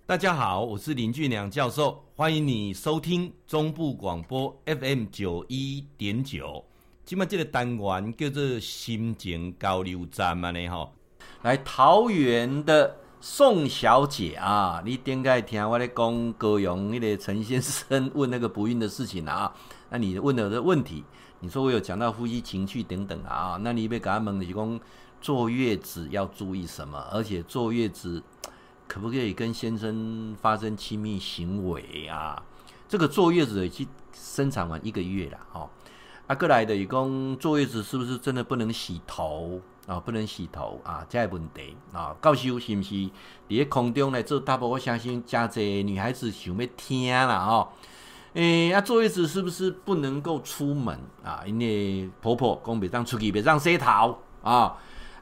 大家好，我是林俊良教授，欢迎你收听中部广播 FM91.9。今麦这个单元叫做心情交流站嘛呢吼。来桃园的宋小姐啊，你点解听我在讲高雄那个陈先生问那个不孕的事情啊？那你问了这个问题，你说我有讲到夫妻情趣等等啊，那你要给他问的是讲坐月子要注意什么，而且坐月子可不可以跟先生发生亲密行为啊？这个坐月子已经生产完1个月了哦。过来的是讲坐月子是不是真的不能洗头啊？不能洗头啊，这个问题啊，教授是不是在空中来做答复？我相信真侪女孩子想要听啦哦。坐月子是不是不能够出门啊？因为婆婆讲别让出去，别让洗头啊。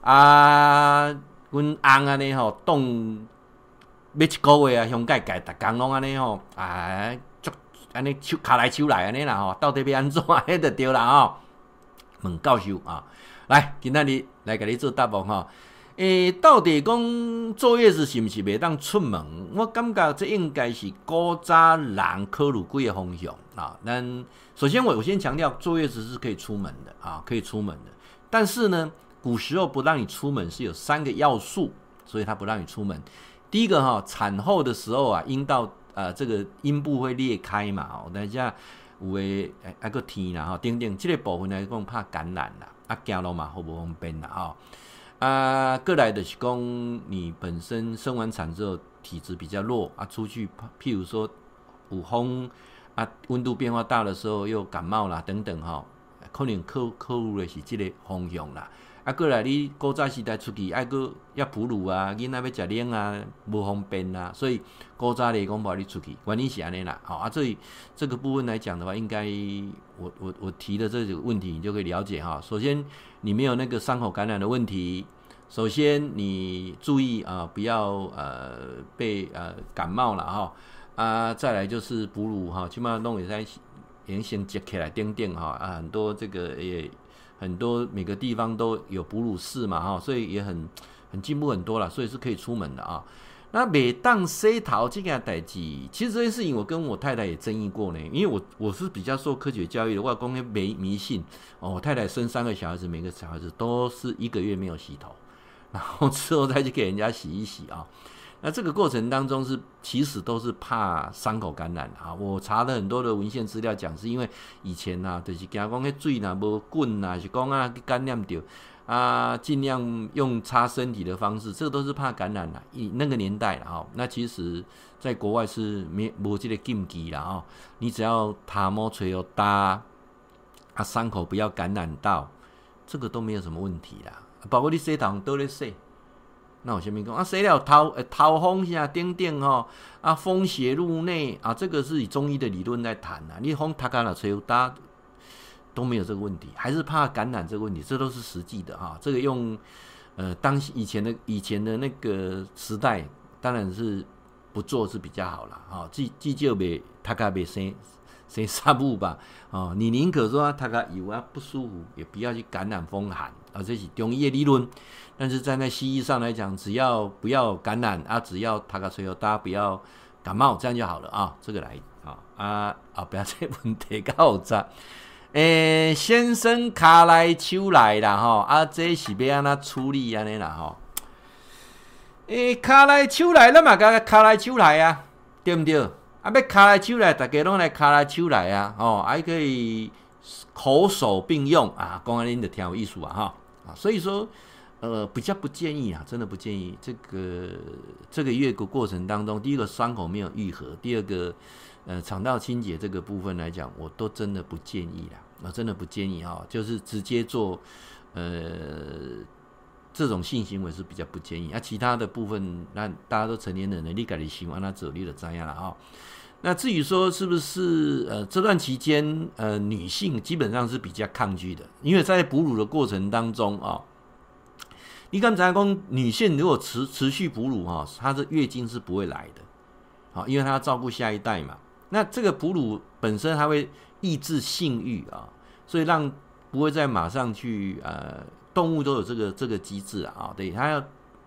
阮翁安尼吼冻。要1个月啊，上届届逐工拢安尼吼，足安尼手卡来手来安尼啦吼，到底要安怎？迄就对啦吼。问教授啊，来，今仔日来甲你做答复吼。到底讲坐月子是毋是袂当出门？我感觉这应该是古早人考虑几个方向啊。咱首先我先强调，坐月子是可以出门的啊，可以出门的。但是呢，古时候不让你出门是有3个要素，所以他不让你出门。第一个产后的时候啊，阴道这个阴部会裂开嘛，等一下有诶个天啦等等，这个部分来讲怕感染啦，走路嘛好不方便啦过来的是讲你本身生完产之后体质比较弱出去譬如说有风温度变化大的时候又感冒啦等等可能考虑的是这个方向啦。过来你古早时代出去要哺乳啊，囡仔要食奶啊，无方便啊，所以古早来讲无你出去，原因是安尼啦。所以这个部分来讲的话，应该我提的这个问题你就可以了解首先你没有那个伤口感染的问题，首先你注意不要被感冒了再来就是哺乳起码弄会使先接起来等等很多这个也。很多每个地方都有哺乳室嘛所以也很进步很多啦，所以是可以出门的那每当洗头这件代志，其实这件事情我跟我太太也争议过呢，因为我是比较受科学教育的，我讲迷信我太太生3个小孩子，每个小孩子都是1个月没有洗头，然后之后再去给人家洗一洗那这个过程当中其实都是怕伤口感染我查了很多的文献资料讲，是因为以前就是惊讲迄水无滚是讲感染到尽量用擦身体的方式，这个都是怕感染那个年代那其实在国外是没这个禁忌啦你只要头毛吹有搭伤口不要感染到，这个都没有什么问题啦。包括你洗头都在洗。那有什么讲洗了头风啥等等风邪入内这个是以中医的理论在谈你风他干了吹大都没有这个问题，还是怕感染这个问题，这都是实际的这个用以前的那个时代，当然是不做是比较好啦至少别他干别生杀戮吧你宁可说他干有不舒服，也不要去感染风寒这是中医的理论。但是站在西医上来讲，只要不要感染只要他个吹大家不要感冒，这样就好了这个来不要这问题到这先生卡来手来啦这是要安怎处理安尼啦卡来手来，咱嘛甲卡来手来对不对？要卡来手来，大家拢来卡来手来还可以口手并用讲安尼就挺有意思所以说比较不建议真的不建议这个月的过程当中，第一个伤口没有愈合，第二个肠道清洁这个部分来讲，我都真的不建议啦，我真的不建议就是直接做这种性行为是比较不建议其他的部分，那大家都成年人了，你自己喜欢那走你就知道了那至于说是不是这段期间女性基本上是比较抗拒的，因为在哺乳的过程当中你刚才讲女性如果持续哺乳她的月经是不会来的因为她要照顾下一代嘛。那这个哺乳本身它会抑制性欲所以不会再马上去动物都有这个机制对，它要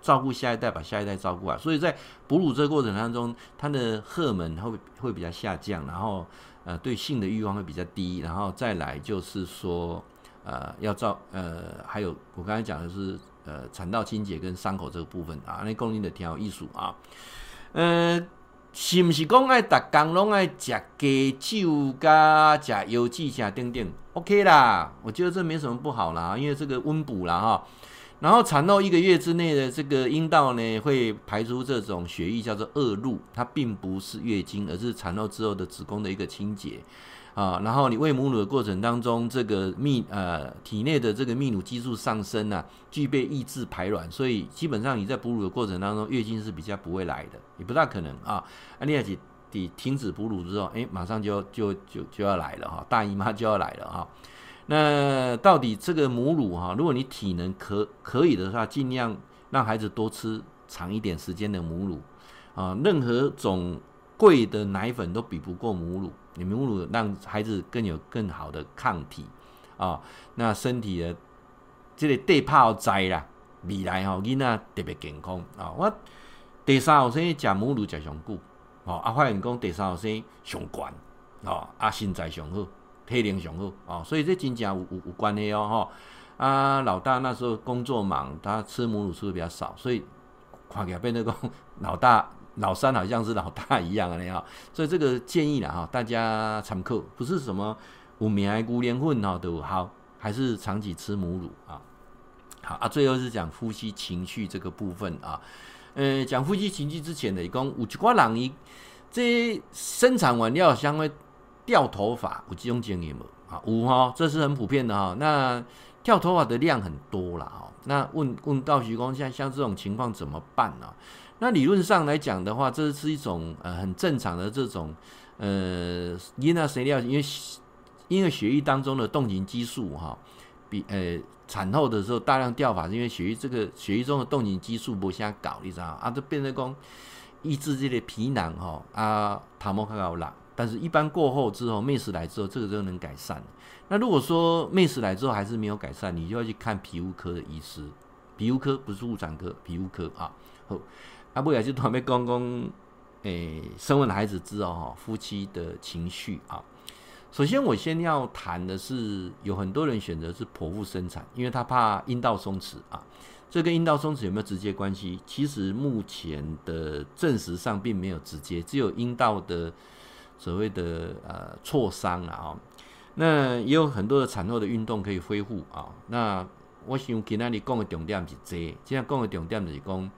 照顾下一代，把下一代照顾好。所以在哺乳这个过程当中，它的荷尔蒙会比较下降，然后对性的欲望会比较低，然后再来就是说还有我刚才讲的是产道清洁跟伤口这个部分啊，那功能的调艺术啊，是不是讲爱逐工拢爱食鸡酒加食油脂啥等等 ？OK 啦，我觉得这没什么不好啦，因为这个温补啦哈。然后产后1个月之内的这个阴道呢，会排出这种血液叫做恶露，它并不是月经，而是产后之后的子宫的一个清洁啊。然后你喂母乳的过程当中，这个体内的这个泌乳激素上升啊，具备抑制排卵，所以基本上你在哺乳的过程当中，月经是比较不会来的，也不大可能啊。你也是停止哺乳之后，马上就要来了哈，大姨妈就要来了哈。那到底这个母乳哈，如果你体能可以的话，尽量让孩子多吃长一点时间的母乳啊。任何种贵的奶粉都比不过母乳，你母乳让孩子有更好的抗体啊，那身体的这个地泡在啦，未来吼囡仔特别健康啊。我第3号生食母乳食上久，发现讲第3号生上悬身材上好。体能上好所以这真正有关系哦老大那时候工作忙，他吃母乳吃的比较少，所以看起来变得讲老三好像是老大一样的所以这个建议啦大家参考，不是什么有名的牛奶粉都好，还是长期吃母乳好最后是讲夫妻情绪这个部分讲夫妻情绪之前的讲有一寡人这生产完了相会掉头发，有这种经验有这是很普遍的那掉头发的量很多啦那问到徐公像这种情况怎么办呢？那理论上来讲的话，这是一种很正常的这种因为血液当中的动情激素比产后的时候大量掉发，是因为血液中的动情激素没啥搞，你知道就变成讲抑制这个皮囊头毛较老。但是一般过后之后，妹死来之后，这个就能改善。那如果说妹死来之后还是没有改善，你就要去看皮肤科的医师，皮肤科不是妇产科，皮肤科好，不然就特别讲生完孩子之后夫妻的情绪首先我先要谈的是，有很多人选择是剖腹生产，因为他怕阴道松弛这跟阴道松弛有没有直接关系？其实目前的证实上并没有直接，只有阴道的所谓的挫伤那也有很多的产后的运动可以恢复那我想今天你讲的重点是这样讲的重点就是讲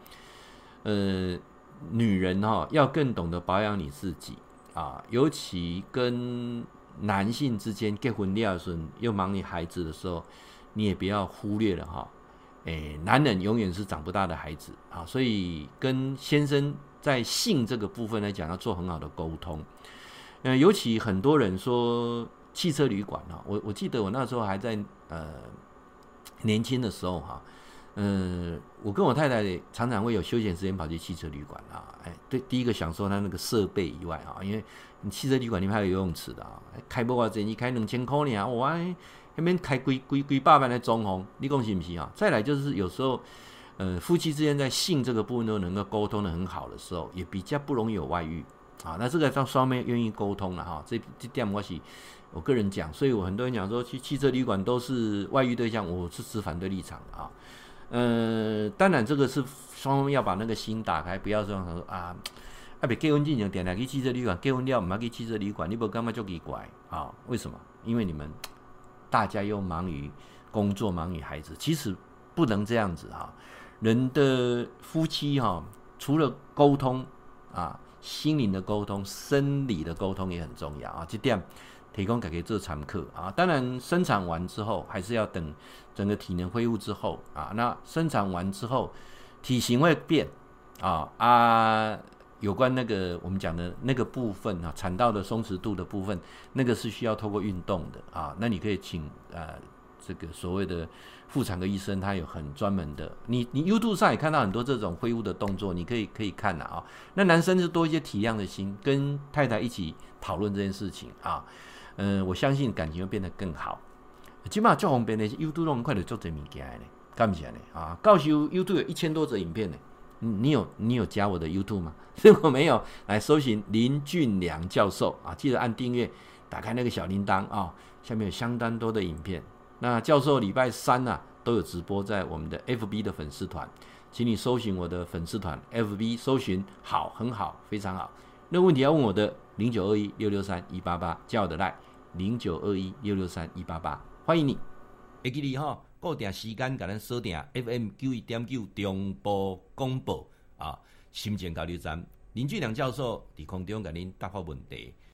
女人要更懂得保养你自己尤其跟男性之间结婚了的时候，又忙你孩子的时候，你也不要忽略了男人永远是长不大的孩子所以跟先生在性这个部分来讲，要做很好的沟通。尤其很多人说汽车旅馆我记得我那时候还在年轻的时候我跟我太太常常会有休闲时间跑去汽车旅馆对，第一个享受它那个设备以外因为你汽车旅馆里面还有游泳池的开不多钱，你开2000块呢哇，那边开几百万的装潢，你说是不是再来就是有时候夫妻之间在性这个部分都能够沟通的很好的时候，也比较不容易有外遇那这个让双面愿意沟通了这点我个人讲，所以我很多人讲说去汽车旅馆都是外遇对象，我是持反对立场的当然这个是双方要把那个心打开，不要说别结婚之前点来去汽车旅馆，结婚了不要去汽车旅馆，你不感觉就奇怪为什么？因为你们大家又忙于工作，忙于孩子，其实不能这样子人的夫妻除了沟通心灵的沟通，生理的沟通也很重要这点提供给做参考当然生产完之后还是要等整个体能恢复之后那生产完之后体型会变有关那个我们讲的那个部分产道的松弛度的部分，那个是需要透过运动的那你可以请这个所谓的妇产科医生，他有很专门的，你 YouTube 上也看到很多这种恢复的动作，你可以看那男生是多一些体谅的心，跟太太一起讨论这件事情我相信感情会变得更好。起码最方便的是 YouTube 都很快就做这物件的， 干不起来呢啊！教授 YouTube 有1000多则影片呢，你有加我的 YouTube 吗？如果没有，来搜寻林俊良教授啊，记得按订阅，打开那个小铃铛啊，下面有相当多的影片。那教授礼拜三啊都有直播在我们的 FB 的粉丝团，请你搜寻我的粉丝团 FB， 搜寻好，很好，非常好。那问题要问我的0921663188，加我的 LINE 0921663188，欢迎你。会记你哈，固定时间给咱锁定 FM91.9中波广播啊，新店交流站林俊良教授伫空中给您答复问题。